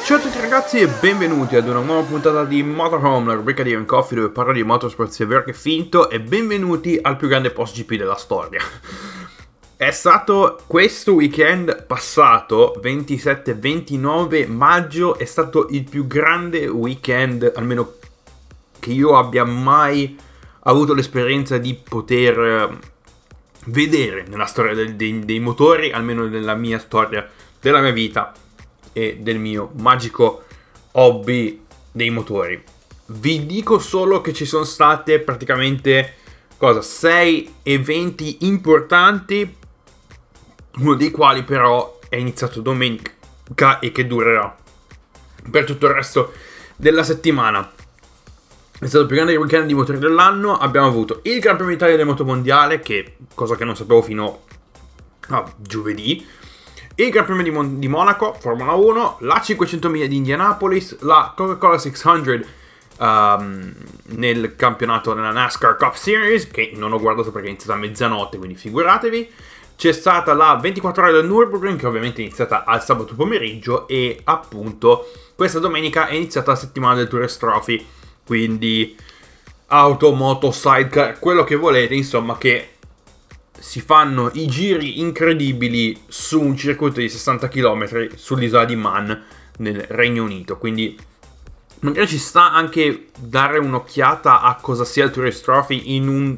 Ciao a tutti ragazzi e benvenuti ad una nuova puntata di Motorhome, la rubrica di Coffee dove parlo di motorsport sia vero che finto, e benvenuti al più grande post GP della storia. È stato questo weekend passato, 27-29 maggio, è stato il più grande weekend, almeno che io abbia mai avuto l'esperienza di poter vedere nella storia dei motori, almeno nella mia storia, della mia vita e del mio magico hobby dei motori. Vi dico solo che ci sono state praticamente 6 eventi importanti, uno dei quali però è iniziato domenica e che durerà per tutto il resto della settimana. È stato il più grande weekend di motori dell'anno. Abbiamo avuto il Gran Premio d'Italia del Motomondiale, che cosa che non sapevo fino a giovedì, il Gran Premio di Monaco, Formula 1, la 500 miglia di Indianapolis, la Coca-Cola 600 nel campionato della NASCAR Cup Series, che non ho guardato perché è iniziata a mezzanotte, quindi figuratevi. C'è stata la 24 ore del Nürburgring, che ovviamente è iniziata al sabato pomeriggio, e appunto questa domenica è iniziata la settimana del Tourist Trophy, quindi auto, moto, sidecar, quello che volete, insomma, che si fanno i giri incredibili su un circuito di 60 km sull'isola di Man nel Regno Unito. Quindi magari ci sta anche dare un'occhiata a cosa sia il Tourist Trophy in un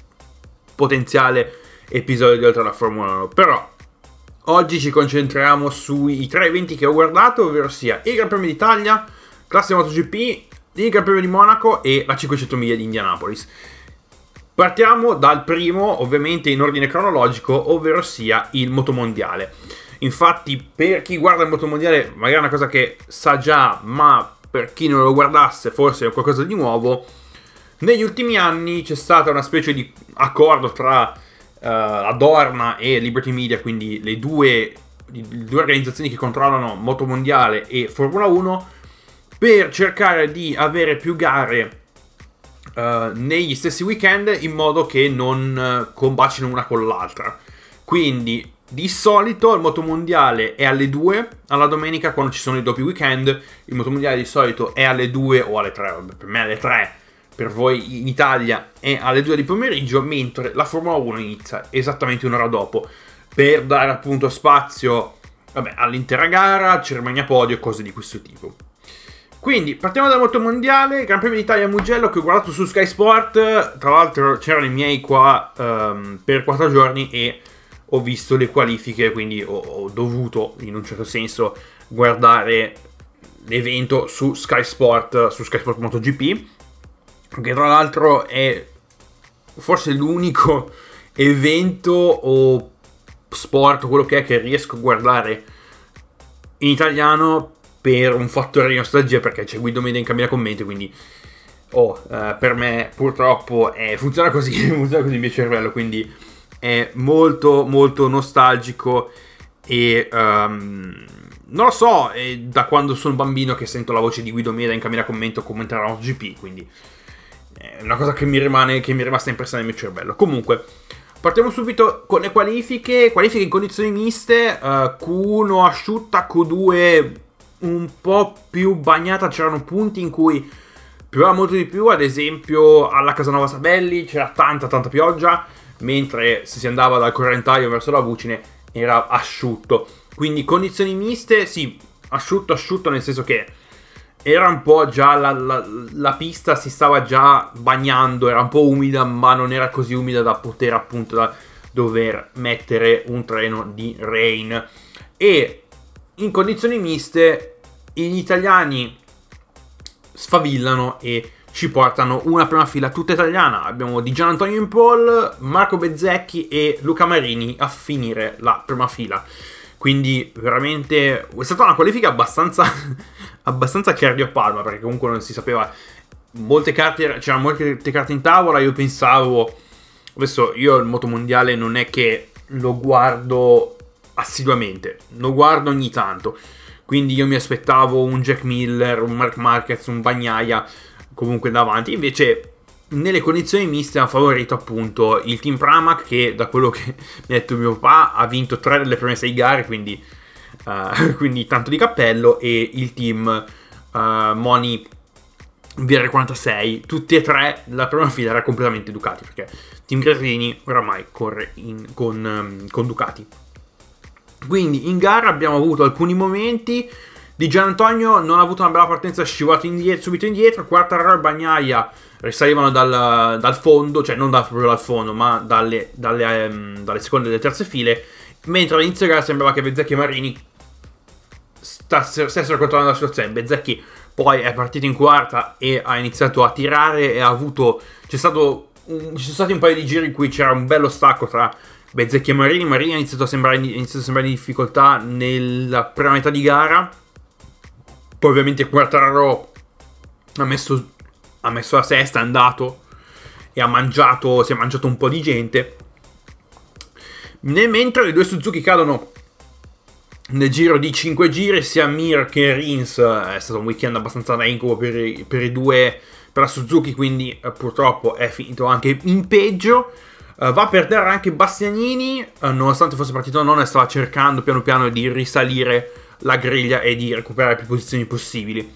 potenziale episodio di Oltre alla Formula 1. Però oggi ci concentriamo sui 3 eventi che ho guardato, ovvero sia il Gran Premio d'Italia, classe MotoGP, il Gran Premio di Monaco e la 500 miglia di Indianapolis. Partiamo dal primo, ovviamente in ordine cronologico, ovvero sia il Motomondiale. Infatti, per chi guarda il Motomondiale, magari è una cosa che sa già, ma per chi non lo guardasse forse è qualcosa di nuovo. Negli ultimi anni c'è stata una specie di accordo tra la Dorna e Liberty Media, quindi le due organizzazioni che controllano Motomondiale e Formula 1, per cercare di avere più gare negli stessi weekend, in modo che non combacino una con l'altra. Quindi di solito il Motomondiale è alle 2 alla domenica, quando ci sono i doppi weekend. Il Motomondiale di solito è alle 2 o alle 3, per me alle 3, per voi in Italia è alle 2 di pomeriggio, mentre la Formula 1 inizia esattamente un'ora dopo, per dare appunto spazio all'intera gara, cerimonia podio e cose di questo tipo. Quindi partiamo dal Motomondiale, Gran Premio d'Italia a Mugello, che ho guardato su Sky Sport. Tra l'altro c'erano i miei qua per 4 giorni e ho visto le qualifiche, quindi ho dovuto in un certo senso guardare l'evento su Sky Sport MotoGP, che tra l'altro è forse l'unico evento o sport, quello che è, che riesco a guardare in italiano per un fattore di nostalgia, perché c'è Guido Media in cabina commenti, quindi per me purtroppo funziona così il mio cervello, quindi è molto molto nostalgico. E non lo so, è da quando sono bambino che sento la voce di Guido Media in cabina commento commentare la MotoGP, quindi è una cosa che mi è rimasta impressa nel mio cervello. Comunque partiamo subito con le qualifiche in condizioni miste, Q1 asciutta, Q2 un po' più bagnata. C'erano punti in cui pioveva molto di più, ad esempio alla Casanova Sabelli c'era tanta pioggia, mentre se si andava dal Correntaio verso la Vucine era asciutto. Quindi condizioni miste, sì, asciutto nel senso che era un po' già la pista si stava già bagnando, era un po' umida, ma non era così umida da poter appunto da dover mettere un treno di rain. E in condizioni miste gli italiani sfavillano e ci portano una prima fila tutta italiana. Abbiamo Di Gianantonio in pole, Marco Bezzecchi e Luca Marini a finire la prima fila. Quindi veramente è stata una qualifica abbastanza cardiopalma, perché comunque non si sapeva, c'erano molte carte in tavola. Io pensavo, adesso io il Motomondiale non è che lo guardo assiduamente, lo guardo ogni tanto, quindi io mi aspettavo un Jack Miller, un Marc Marquez, un Bagnaia comunque davanti. Invece nelle condizioni miste ha favorito appunto il team Pramac, che da quello che mi ha detto mio papà ha vinto 3 delle prime 6 gare, quindi quindi tanto di cappello, e il team Moni VR46, tutti e tre la prima fila era completamente Ducati, perché Team Gresini oramai corre con Ducati. Quindi in gara abbiamo avuto alcuni momenti. Di Gian Antonio non ha avuto una bella partenza, è scivolato subito indietro. Quartararo e Bagnaia risalivano dal fondo, cioè non proprio dal fondo, ma dalle seconde e delle terze file, mentre all'inizio gara sembrava che Bezzecchi e Marini stessero controllando la situazione. Bezzecchi poi è partito in quarta e ha iniziato a tirare, e ci sono stati un paio di giri in cui c'era un bello stacco tra Bezzecchi e Marini. Marini ha iniziato a sembrare in difficoltà nella prima metà di gara. Poi ovviamente Quartararo ha messo la sesta, è andato e si è mangiato un po' di gente. Mentre le due Suzuki cadono nel giro di 5 giri, sia Mir che Rins. È stato un weekend abbastanza da incubo per i due, per la Suzuki, quindi purtroppo è finito anche in peggio. Va per terra anche Bastianini, nonostante fosse partito non, stava cercando piano piano di risalire la griglia e di recuperare più posizioni possibili.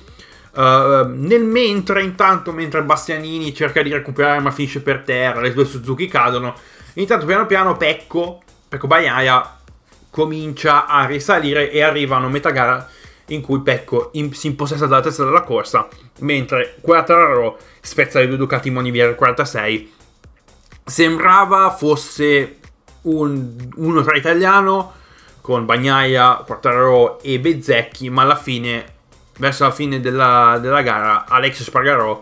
Mentre Bastianini cerca di recuperare ma finisce per terra, le due Suzuki cadono. Intanto piano piano Pecco Bagnaia comincia a risalire e arrivano a metà gara in cui Pecco si impossessa dalla testa della corsa, mentre Quartararo spezza le due Ducati Moni VR46. Sembrava fosse uno tra italiano con Bagnaia, Quartararo e Bezzecchi, ma alla fine, verso la fine della gara, Alex Spargarò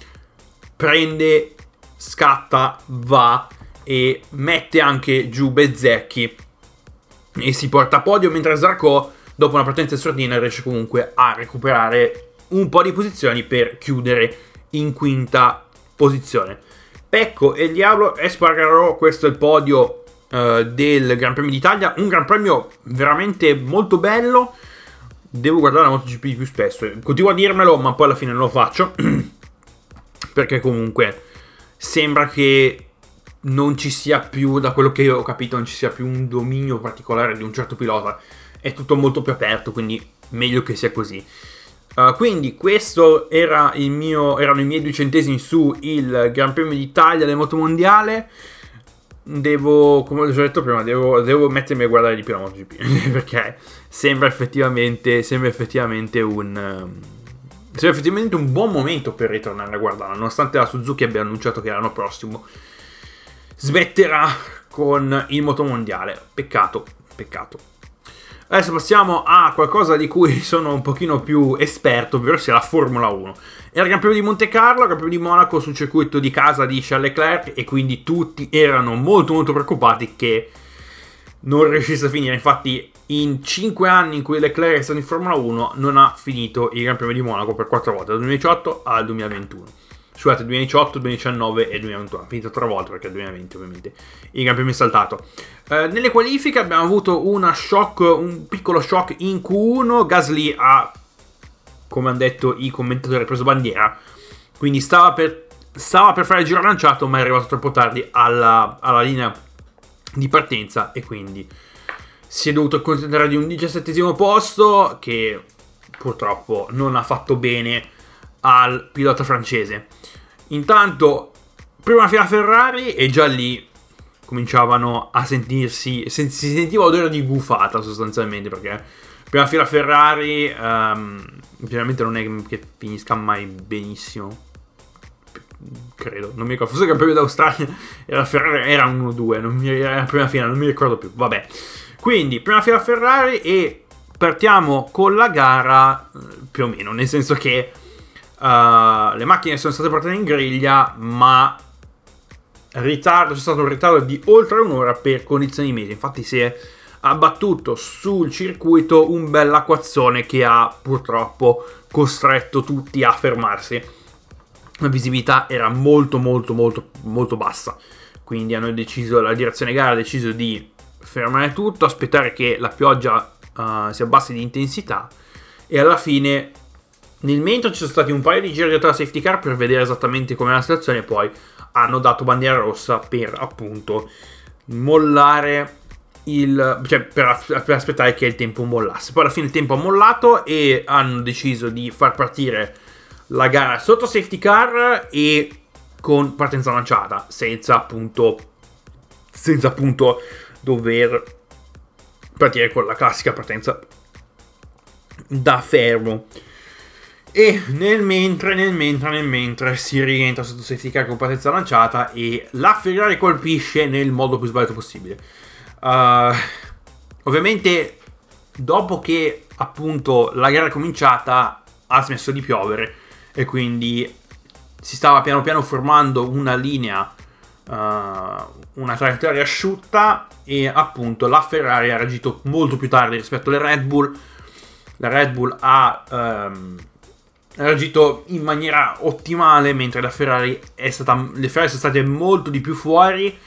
prende, scatta, va e mette anche giù Bezzecchi e si porta a podio, mentre Zarco, dopo una partenza in sordina, riesce comunque a recuperare un po' di posizioni per chiudere in quinta posizione. Pecco e il Diavolo Espargarò, questo è il podio del Gran Premio d'Italia, un Gran Premio veramente molto bello. Devo guardare la MotoGP più spesso, continuo a dirmelo, ma poi alla fine non lo faccio perché comunque sembra che non ci sia più, da quello che io ho capito, non ci sia più un dominio particolare di un certo pilota, è tutto molto più aperto, quindi meglio che sia così. Quindi questo erano i miei 2 centesimi su il Gran Premio d'Italia del Motomondiale. Come ho già detto prima, devo mettermi a guardare di più la MotoGP perché sembra effettivamente un buon momento per ritornare a guardarla, nonostante la Suzuki abbia annunciato che l'anno prossimo smetterà con il Motomondiale. Peccato. Adesso passiamo a qualcosa di cui sono un pochino più esperto, ovvero sia la Formula 1. Era il Gran Premio di Monte Carlo, il Gran Premio di Monaco sul circuito di casa di Charles Leclerc, e quindi tutti erano molto molto preoccupati che non riuscisse a finire. Infatti in 5 anni in cui Leclerc è stato in Formula 1 non ha finito il Gran Premio di Monaco per 4 volte, dal 2018 al 2021. Scusate, 2018, 2019 e 2021. Ha finito 3 volte perché il 2020 ovviamente il Gran Premio è saltato. Nelle qualifiche abbiamo avuto un piccolo shock in Q1. Gasly ha, come hanno detto i commentatori, preso bandiera, quindi stava per fare il giro lanciato, ma è arrivato troppo tardi alla linea di partenza e quindi si è dovuto accontentare di un 17° posto, che purtroppo non ha fatto bene al pilota francese. Intanto prima fila Ferrari, e già lì cominciavano a si sentiva odore di gufata sostanzialmente, perché prima fila Ferrari generalmente non è che finisca mai benissimo, credo, non mi ricordo, forse il Gran Premio d'Australia era 1-2, era la prima fila, non mi ricordo più, vabbè. Quindi prima fila Ferrari, e partiamo con la gara più o meno, nel senso che le macchine sono state portate in griglia, ma c'è stato un ritardo di oltre un'ora per condizioni mete. Infatti si è abbattuto sul circuito un bel acquazzone che ha purtroppo costretto tutti a fermarsi. La visibilità era molto molto molto molto bassa, quindi la direzione gara ha deciso di fermare tutto, aspettare che la pioggia si abbassi di intensità, e alla fine, nel mentre ci sono stati un paio di giri dietro la safety car per vedere esattamente com'è la situazione, poi hanno dato bandiera rossa per appunto mollare per aspettare che il tempo mollasse. Poi alla fine il tempo ha mollato e hanno deciso di far partire la gara sotto safety car e con partenza lanciata, senza appunto dover partire con la classica partenza da fermo. E nel mentre si rientra sotto safety car con partenza lanciata e la Ferrari colpisce nel modo più sbagliato possibile. Ovviamente dopo che appunto la gara è cominciata ha smesso di piovere e quindi si stava piano piano formando una linea, una traiettoria asciutta, e appunto la Ferrari ha reagito molto più tardi rispetto alle Red Bull. La Red Bull ha reagito in maniera ottimale, mentre le Ferrari sono state molto di più fuori.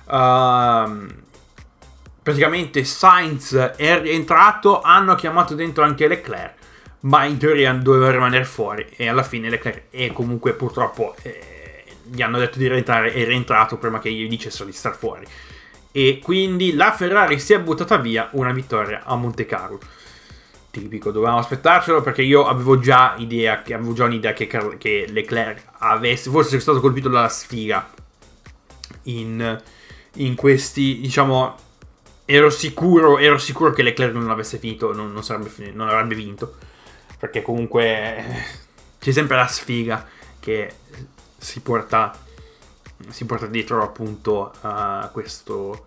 Praticamente Sainz è rientrato, hanno chiamato dentro anche Leclerc, ma in teoria doveva rimanere fuori, e alla fine Leclerc comunque purtroppo gli hanno detto di rientrare, è rientrato prima che gli dicessero di star fuori, e quindi la Ferrari si è buttata via una vittoria a Monte Carlo. Tipico, dovevamo aspettarcelo, perché io avevo già un'idea che Leclerc fosse stato colpito dalla sfiga in questi, diciamo, ero sicuro che Leclerc non avesse finito, non avrebbe vinto, perché comunque c'è sempre la sfiga che si porta dietro appunto a questo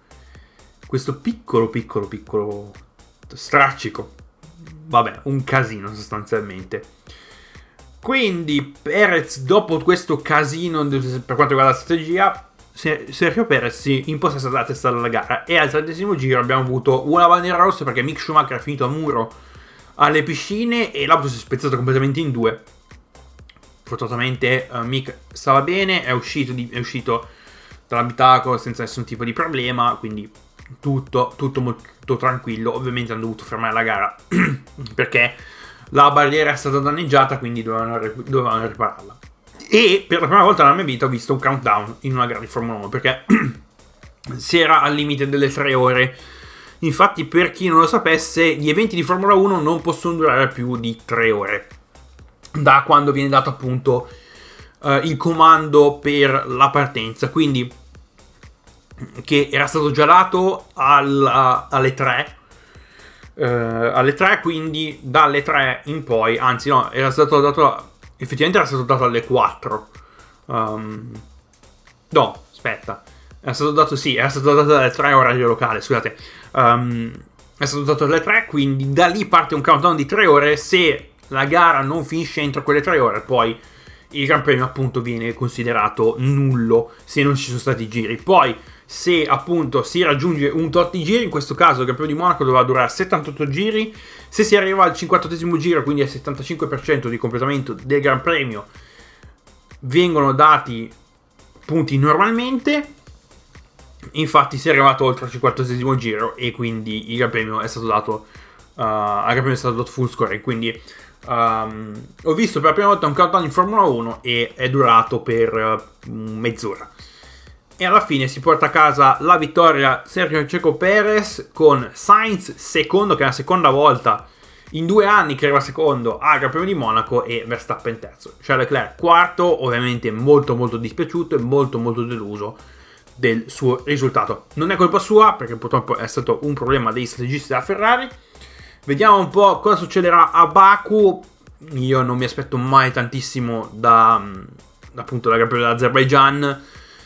piccolo strascico. Vabbè, un casino sostanzialmente. Quindi Perez, dopo questo casino per quanto riguarda la strategia, Sergio Perez si impossessa della testa della gara, e al 30° giro abbiamo avuto una bandiera rossa perché Mick Schumacher è finito a muro alle piscine e l'auto si è spezzato completamente in due. Fortunatamente Mick stava bene, è uscito dall'abitacolo senza nessun tipo di problema, quindi tutto molto tranquillo. Ovviamente hanno dovuto fermare la gara perché la barriera è stata danneggiata, quindi dovevano ripararla. E per la prima volta nella mia vita ho visto un countdown in una gara di Formula 1, perché si era al limite delle 3 ore. Infatti, per chi non lo sapesse, gli eventi di Formula 1 non possono durare più di 3 ore da quando viene dato appunto il comando per la partenza, quindi che era stato già dato alle 3, quindi dalle 3 in poi, anzi no, effettivamente era stato dato alle 4. No, aspetta. Era stato dato alle 3 orario locale, scusate. È stato dato alle 3, quindi da lì parte un countdown di 3 ore. Se la gara non finisce entro quelle 3 ore, poi il Gran Premio appunto viene considerato nullo se non ci sono stati giri. Poi se appunto si raggiunge un tot di giri, in questo caso il Gran Premio di Monaco doveva durare 78 giri, se si arriva al 58° giro, quindi al 75% di completamento del Gran Premio, vengono dati punti normalmente. Infatti si è arrivato oltre il 50° giro e quindi il Gran Premio è stato dato full score. Quindi ho visto per la prima volta un countdown in Formula 1 e è durato per mezz'ora. E alla fine si porta a casa la vittoria Sergio Checo Perez, con Sainz secondo, che è la seconda volta in 2 anni che arriva secondo al Gran Premio di Monaco, e Verstappen terzo. Charles Leclerc quarto, ovviamente molto molto dispiaciuto e molto molto deluso del suo risultato. Non è colpa sua, perché purtroppo è stato un problema dei strategisti della Ferrari. Vediamo un po' cosa succederà a Baku. Io non mi aspetto mai tantissimo appunto dal Gran Premio dell'Azerbaijan,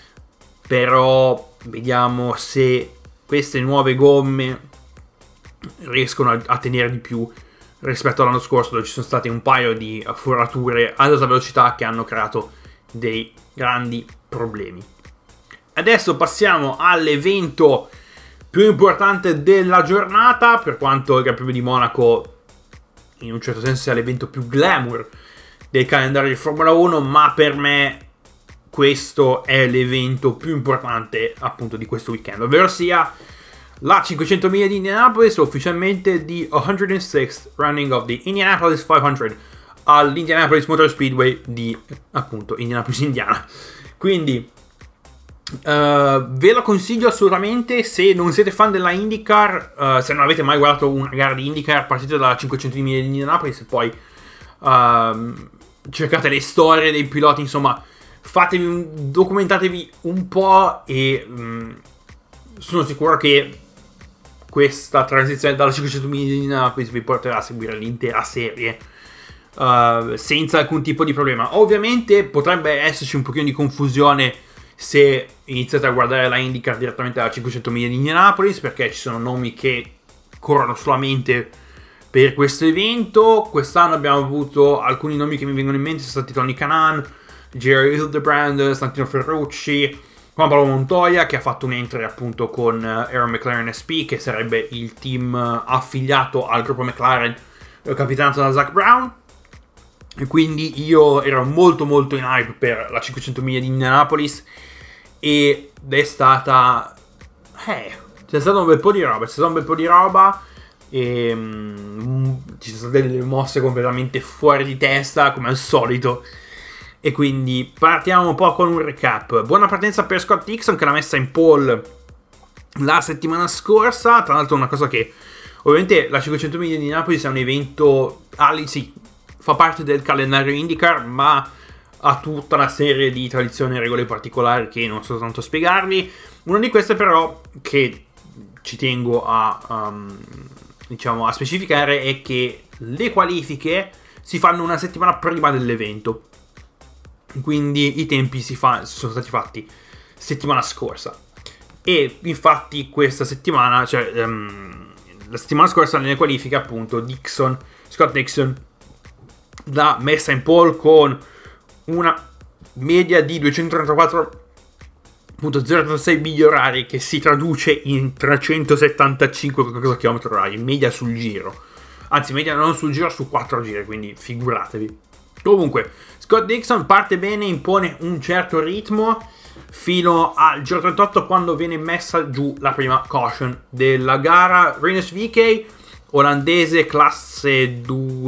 però vediamo se queste nuove gomme riescono a tenere di più rispetto all'anno scorso, dove ci sono state un paio di forature ad alta velocità che hanno creato dei grandi problemi. Adesso passiamo all'evento più importante della giornata, per quanto il Gran Premio di Monaco in un certo senso sia l'evento più glamour del calendario di Formula 1, ma per me questo è l'evento più importante appunto di questo weekend, ovvero sia la 500 miglia di Indianapolis, ufficialmente the 106th running of the Indianapolis 500 all'Indianapolis Motor Speedway di appunto Indianapolis, Indiana. Quindi Ve lo consiglio assolutamente se non siete fan della IndyCar, se non avete mai guardato una gara di IndyCar, partite dalla 500 di miglia di Indianapolis e poi cercate le storie dei piloti, insomma documentatevi un po' e sono sicuro che questa transizione dalla 500 miglia di Indianapolis vi porterà a seguire l'intera serie senza alcun tipo di problema. Ovviamente potrebbe esserci un pochino di confusione se iniziate a guardare la IndyCar direttamente dalla 500 miglia di Indianapolis, perché ci sono nomi che corrono solamente per questo evento. Quest'anno abbiamo avuto alcuni nomi che mi vengono in mente, sono stati Tony Kanaan, Jerry Hildebrand, Santino Ferrucci, Juan Pablo Montoya, che ha fatto un entry appunto con Aaron McLaren SP, che sarebbe il team affiliato al gruppo McLaren capitanato da Zach Brown. E quindi io ero molto molto in hype per la 500 miglia di Indianapolis ed è stata c'è stato un bel po' di roba e ci sono state delle mosse completamente fuori di testa come al solito. E quindi partiamo un po' con un recap. Buona partenza per Scott Dixon, che l'ha messa in pole la settimana scorsa. Tra l'altro una cosa che ovviamente la 500 miglia di Napoli è un evento fa parte del calendario IndyCar, ma ha tutta una serie di tradizioni e regole particolari che non so tanto spiegarvi. Una di queste però che ci tengo a specificare è che le qualifiche si fanno una settimana prima dell'evento, quindi i tempi sono stati fatti settimana scorsa. E infatti questa settimana, la settimana scorsa nelle qualifiche appunto Scott Dixon l'ha messa in pole con una media di 234.036 miglia orarie, che si traduce in 375 km/h in media sul giro, anzi media non sul giro, su 4 giri, quindi figuratevi. Comunque Scott Dixon parte bene, impone un certo ritmo fino al giro 38, quando viene messa giù la prima caution della gara. Rinus VeeKay, olandese, classe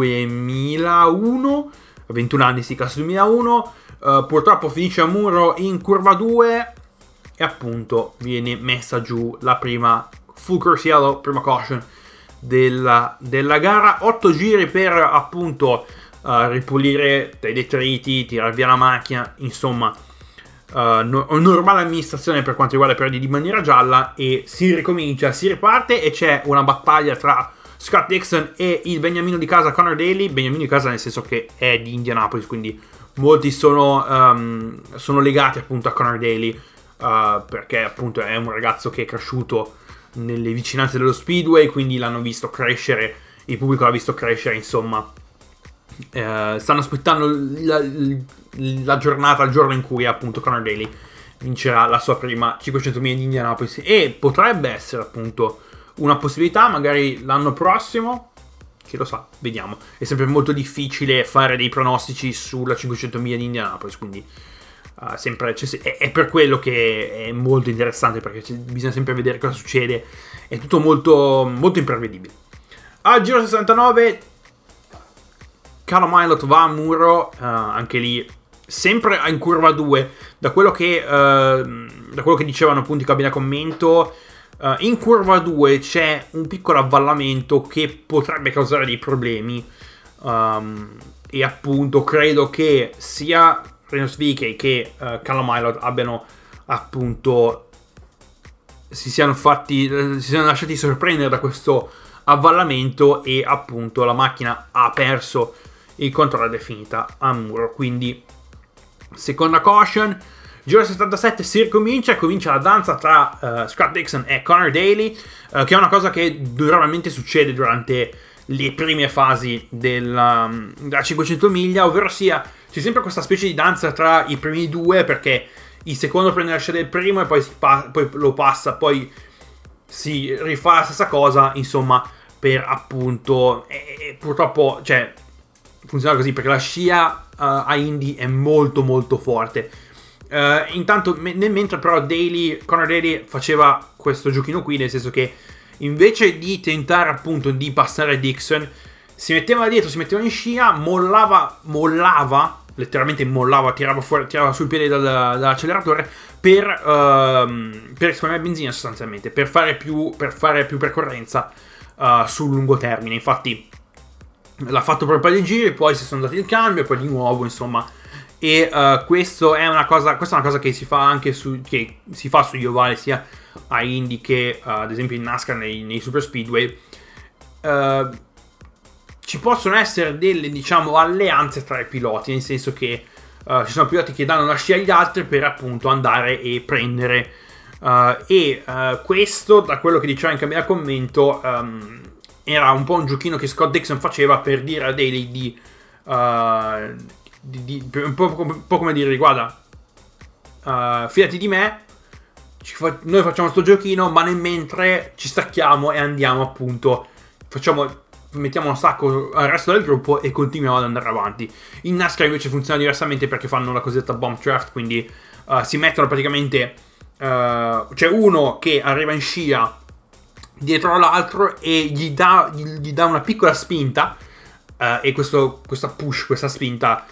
2001, 21 anni, classe 2001, purtroppo finisce a muro in curva 2 e appunto viene messa giù la prima full course yellow, prima caution della gara. 8 giri per appunto ripulire dai detriti, tirare via la macchina, insomma normale amministrazione per quanto riguarda i periodi di bandiera gialla, e si ricomincia, si riparte e c'è una battaglia tra Scott Dixon e il beniamino di casa Conor Daly. Beniamino di casa nel senso che è di Indianapolis, quindi molti sono legati appunto a Conor Daly, perché appunto è un ragazzo che è cresciuto nelle vicinanze dello Speedway, quindi l'hanno visto crescere, il pubblico l'ha visto crescere, insomma. Stanno aspettando la giornata, il giorno in cui appunto Conor Daly vincerà la sua prima 500 miglia di Indianapolis, e potrebbe essere appunto una possibilità magari l'anno prossimo, chi lo sa, vediamo. È sempre molto difficile fare dei pronostici sulla 500 miglia di Indianapolis, quindi è per quello che è molto interessante, perché bisogna sempre vedere cosa succede, è tutto molto, molto imprevedibile. Al giro 69 Callum Ilott va a muro, anche lì sempre in curva 2, da quello che dicevano appunto i cabina commento. In curva 2 c'è un piccolo avvallamento che potrebbe causare dei problemi, e appunto credo che sia Rinus VeeKay che Callum Ilott abbiano appunto si siano lasciati sorprendere da questo avvallamento, e appunto la macchina ha perso il controllo, è finita a muro. Quindi seconda caution. Giro 77 si comincia la danza tra Scott Dixon e Conor Daly, che è una cosa che normalmente succede durante le prime fasi della 500 miglia, ovvero sia c'è sempre questa specie di danza tra i primi due, perché il secondo prende la scia del primo e poi lo passa, poi si rifà la stessa cosa, insomma, per appunto purtroppo funziona così, perché la scia a Indy è molto molto forte. Intanto mentre però Conor Daly faceva questo giochino qui, nel senso che invece di tentare appunto di passare Dixon, si metteva dietro, si metteva in scia, mollava letteralmente mollava, tirava sul piede dall'acceleratore per risparmiare benzina sostanzialmente, per fare più percorrenza sul lungo termine. Infatti l'ha fatto per un paio di giri, poi si sono dati il cambio, poi di nuovo, insomma. E questa è una cosa che si fa anche che si fa sugli ovali, sia a Indy che ad esempio in NASCAR nei super speedway. Ci possono essere delle, diciamo, alleanze tra i piloti, nel senso che ci sono piloti che danno la scia agli altri per appunto andare e prendere, questo, da quello che diceva in cabina commento, era un po' un giochino che Scott Dixon faceva per dire a Daly un po' come dire: guarda, fidati di me, noi facciamo sto giochino, ma nel mentre ci stacchiamo e andiamo, appunto, mettiamo un sacco al resto del gruppo e continuiamo ad andare avanti. In NASCAR invece funziona diversamente, perché fanno la cosiddetta bump draft, quindi si mettono praticamente, c'è uno che arriva in scia dietro all'altro e gli dà una piccola spinta, e questa spinta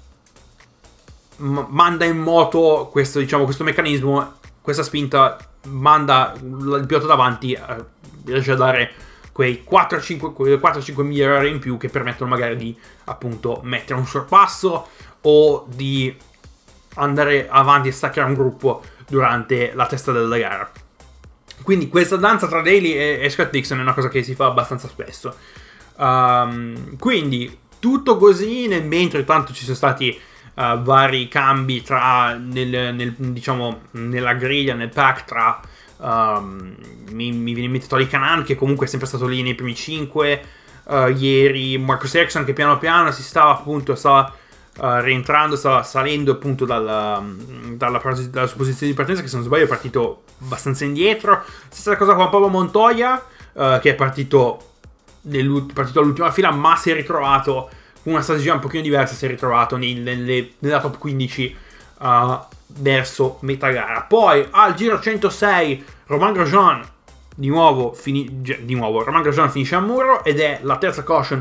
manda in moto questo meccanismo. Questa spinta manda il pilota davanti, riesce a dare quei 4-5 miglia orari in più che permettono magari di, appunto, mettere un sorpasso o di andare avanti e staccare un gruppo durante la testa della gara. Quindi questa danza tra Daly e Scott Dixon è una cosa che si fa abbastanza spesso. Quindi tutto così, mentre tanto ci sono stati vari cambi diciamo, nella griglia, nel pack, tra mi viene in mente Tony Kanaan, che comunque è sempre stato lì nei primi 5, ieri Marcus Ericsson, che piano piano stava rientrando, stava salendo appunto dalla sua posizione di partenza, che se non sbaglio è partito abbastanza indietro. Stessa cosa con Pablo Montoya, che è partito all'ultima fila, ma si è ritrovato con una strategia un pochino diversa, si è ritrovato nella top 15 verso metà gara. Poi al giro 106 Romain Grosjean di nuovo Romain Grosjean finisce a muro, ed è la terza caution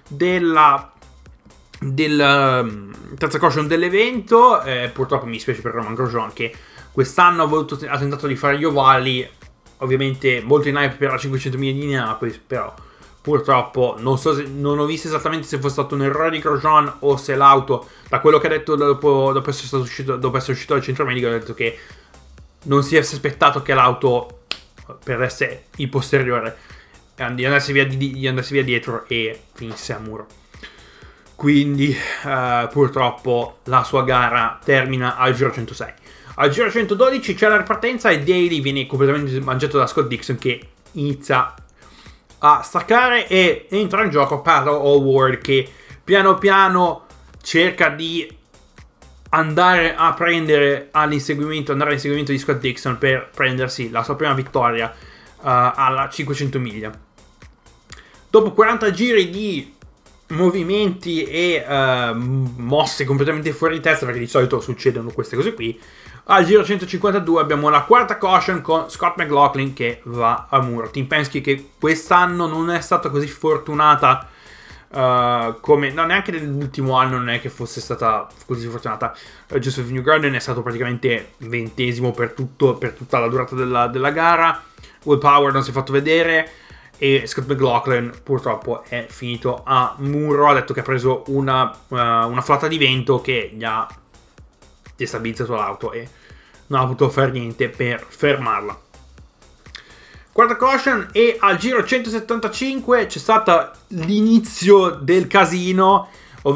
dell'evento. Purtroppo mi spiace per Romain Grosjean, che quest'anno ha tentato di fare gli ovali, ovviamente molto in hype per la 500 miglia di Indianapolis, però purtroppo non ho visto esattamente se fosse stato un errore di Grosjean o se l'auto, da quello che ha detto dopo essere uscito dal centro medico, ha detto che non si è aspettato che l'auto perdesse il posteriore, di andarsi via dietro e finisse a muro. Quindi purtroppo la sua gara termina al giro 106. Al giro 112 c'è la ripartenza e Daly viene completamente mangiato da Scott Dixon, che inizia a staccare e entra in gioco Pato O'Ward, che piano piano cerca di andare all'inseguimento di Scott Dixon per prendersi la sua prima vittoria alla 500 miglia. Dopo 40 giri di movimenti e mosse completamente fuori di testa, perché di solito succedono queste cose qui, al giro 152 abbiamo la quarta caution con Scott McLaughlin che va a muro. Team Penske, che quest'anno non è stata così fortunata come neanche nell'ultimo anno non è che fosse stata così fortunata. Joseph Newgarden è stato praticamente 20esimo per tutta la durata della gara. Will Power non si è fatto vedere e Scott McLaughlin purtroppo è finito a muro. Ha detto che ha preso una flotta di vento che gli ha destabilizzato l'auto e non ha potuto fare niente per fermarla. Quarta caution, e al giro 175 c'è stato l'inizio del casino,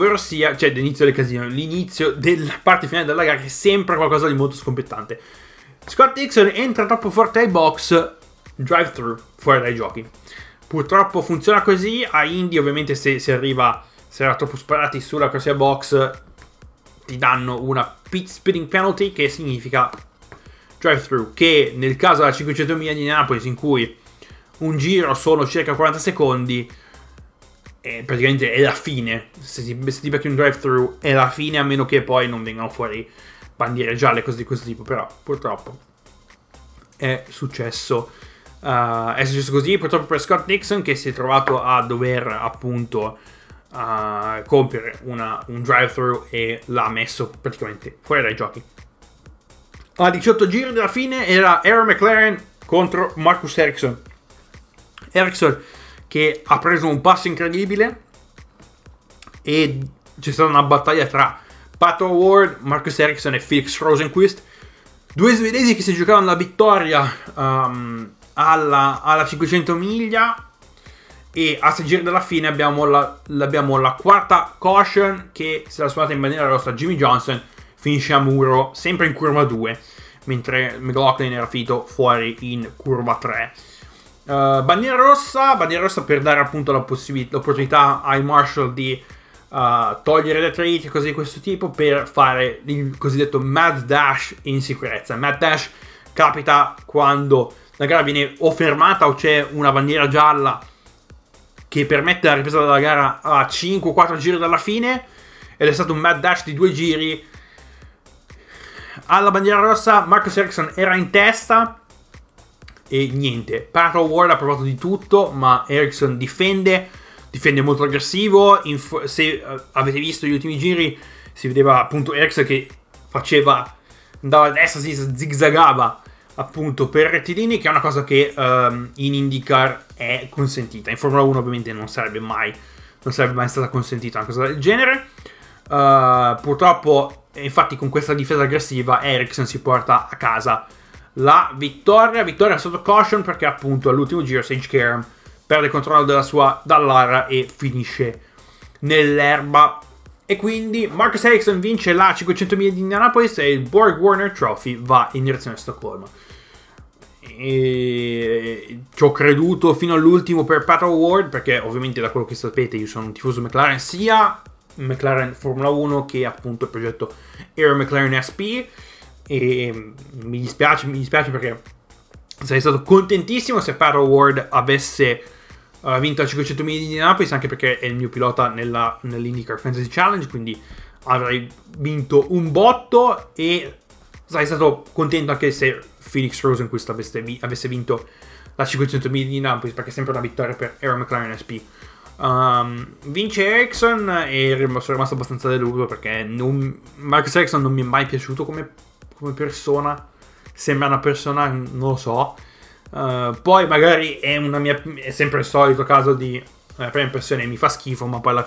l'inizio della parte finale della gara, che è sempre qualcosa di molto scompettante. Scott Dixon entra troppo forte ai box, drive-thru, fuori dai giochi. Purtroppo funziona così. A Indy ovviamente se era troppo sparati sulla corsia box ti danno una pit speeding penalty, che significa drive-thru, che nel caso della 500 miglia di Indianapolis, in cui un giro sono circa 40 secondi, praticamente è la fine. Se ti becchi un drive-thru è la fine, a meno che poi non vengano fuori bandiere gialle, cose di questo tipo. Però purtroppo è successo così, purtroppo per Scott Dixon, che si è trovato a dover appunto compiere un drive-thru e l'ha messo praticamente fuori dai giochi. A 18 giri dalla fine era Aaron McLaren contro Marcus Ericsson. Ericsson che ha preso un passo incredibile e c'è stata una battaglia tra Pato O'Ward, Marcus Ericsson e Felix Rosenqvist, due svedesi che si giocavano la vittoria alla 500 miglia. E a 6 giri dalla fine abbiamo la quarta caution che se la suonata in bandiera rossa. Jimmy Johnson finisce a muro sempre in curva 2, mentre McLaughlin era finito fuori in curva 3. Bandiera rossa per dare appunto l'opportunità ai Marshall di togliere le triti e cose di questo tipo, per fare il cosiddetto mad dash in sicurezza. Mad dash capita quando la gara viene o fermata o c'è una bandiera gialla che permette la ripresa della gara a 5-4 giri dalla fine, ed è stato un mad dash di 2 giri. Alla bandiera rossa Marcus Ericsson era in testa e niente, Pato O'Ward ha provato di tutto, ma Ericsson difende molto aggressivo. Se avete visto gli ultimi giri si vedeva appunto Ericsson che andava a destra, a sinistra, zigzagava appunto per rettilini, che è una cosa che in IndyCar è consentita. In Formula 1 ovviamente non sarebbe mai stata consentita una cosa del genere. Purtroppo, infatti, con questa difesa aggressiva Ericsson si porta a casa la vittoria sotto caution, perché appunto all'ultimo giro Sage Karam perde il controllo dall'ara e finisce nell'erba. E quindi Marcus Ericsson vince la 500 miglia di Indianapolis e il Borg Warner Trophy va in direzione a Stoccolma. E ci ho creduto fino all'ultimo per Pato O'Ward, perché ovviamente, da quello che sapete, io sono un tifoso McLaren, sia McLaren Formula 1 che appunto il progetto Aero McLaren SP, e mi dispiace perché sarei stato contentissimo se Pato O'Ward avesse vinto la 500 miglia di Indianapolis, anche perché è il mio pilota nell'IndyCar Fantasy Challenge, quindi avrei vinto un botto, e sarei stato contento anche se Felix Rosenqvist avesse vinto la 500 miglia di Indianapolis, perché è sempre una vittoria per Aero McLaren SP. Vince Ericsson e sono rimasto abbastanza deluso, perché Marcus Ericsson non mi è mai piaciuto come persona. Sembra una persona, non lo so. Poi magari è sempre il solito caso di la prima impressione mi fa schifo, ma poi alla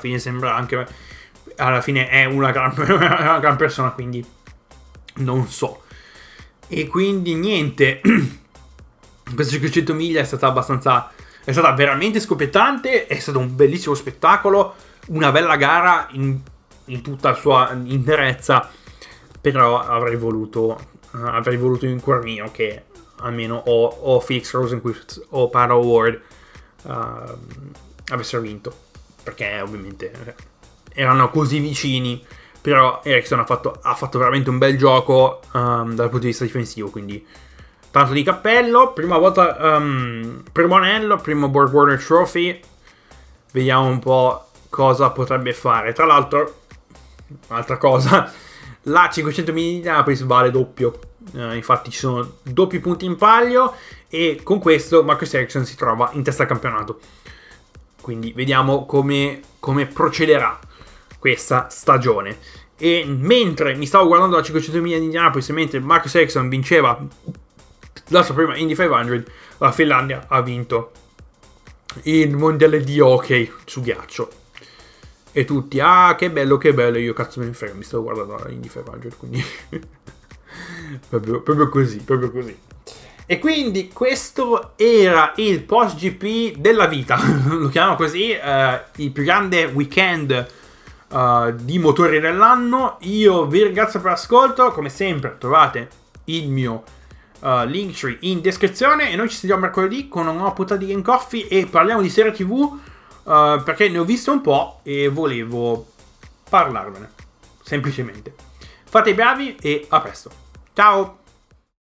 fine è una gran persona, quindi non so. E quindi niente, questa 500 miglia è stata veramente scoppiettante, è stato un bellissimo spettacolo, una bella gara in tutta la sua interezza, però avrei voluto in cuor mio che almeno o Felix Rosenqvist o Pato O'Ward avessero vinto, perché ovviamente erano così vicini. Però Ericsson ha fatto veramente un bel gioco dal punto di vista difensivo, quindi tanto di cappello. Prima volta, primo anello, primo Borg Warner Trophy. Vediamo un po' cosa potrebbe fare. Tra l'altro, un'altra cosa, la 500 miglia di Indianapolis vale doppio. Infatti ci sono doppi punti in palio, e con questo Marcus Ericsson si trova in testa al campionato. Quindi vediamo come procederà questa stagione. E mentre mi stavo guardando la 500 miglia di Indianapolis, mentre Marcus Ericsson vinceva la sua prima Indy 500, la Finlandia ha vinto il mondiale di hockey su ghiaccio. E tutti, che bello, io cazzo me ne frega, mi stavo guardando la Indy 500, quindi proprio così. E quindi questo era il post GP della vita, lo chiamo così, il più grande weekend di motori dell'anno. Io vi ringrazio per l'ascolto, come sempre trovate il mio Linktree in descrizione, e noi ci sentiamo mercoledì con una nuova puntata di Game Coffee e parliamo di serie TV, perché ne ho visto un po' e volevo parlarvene semplicemente. Fate i bravi e a presto, ciao.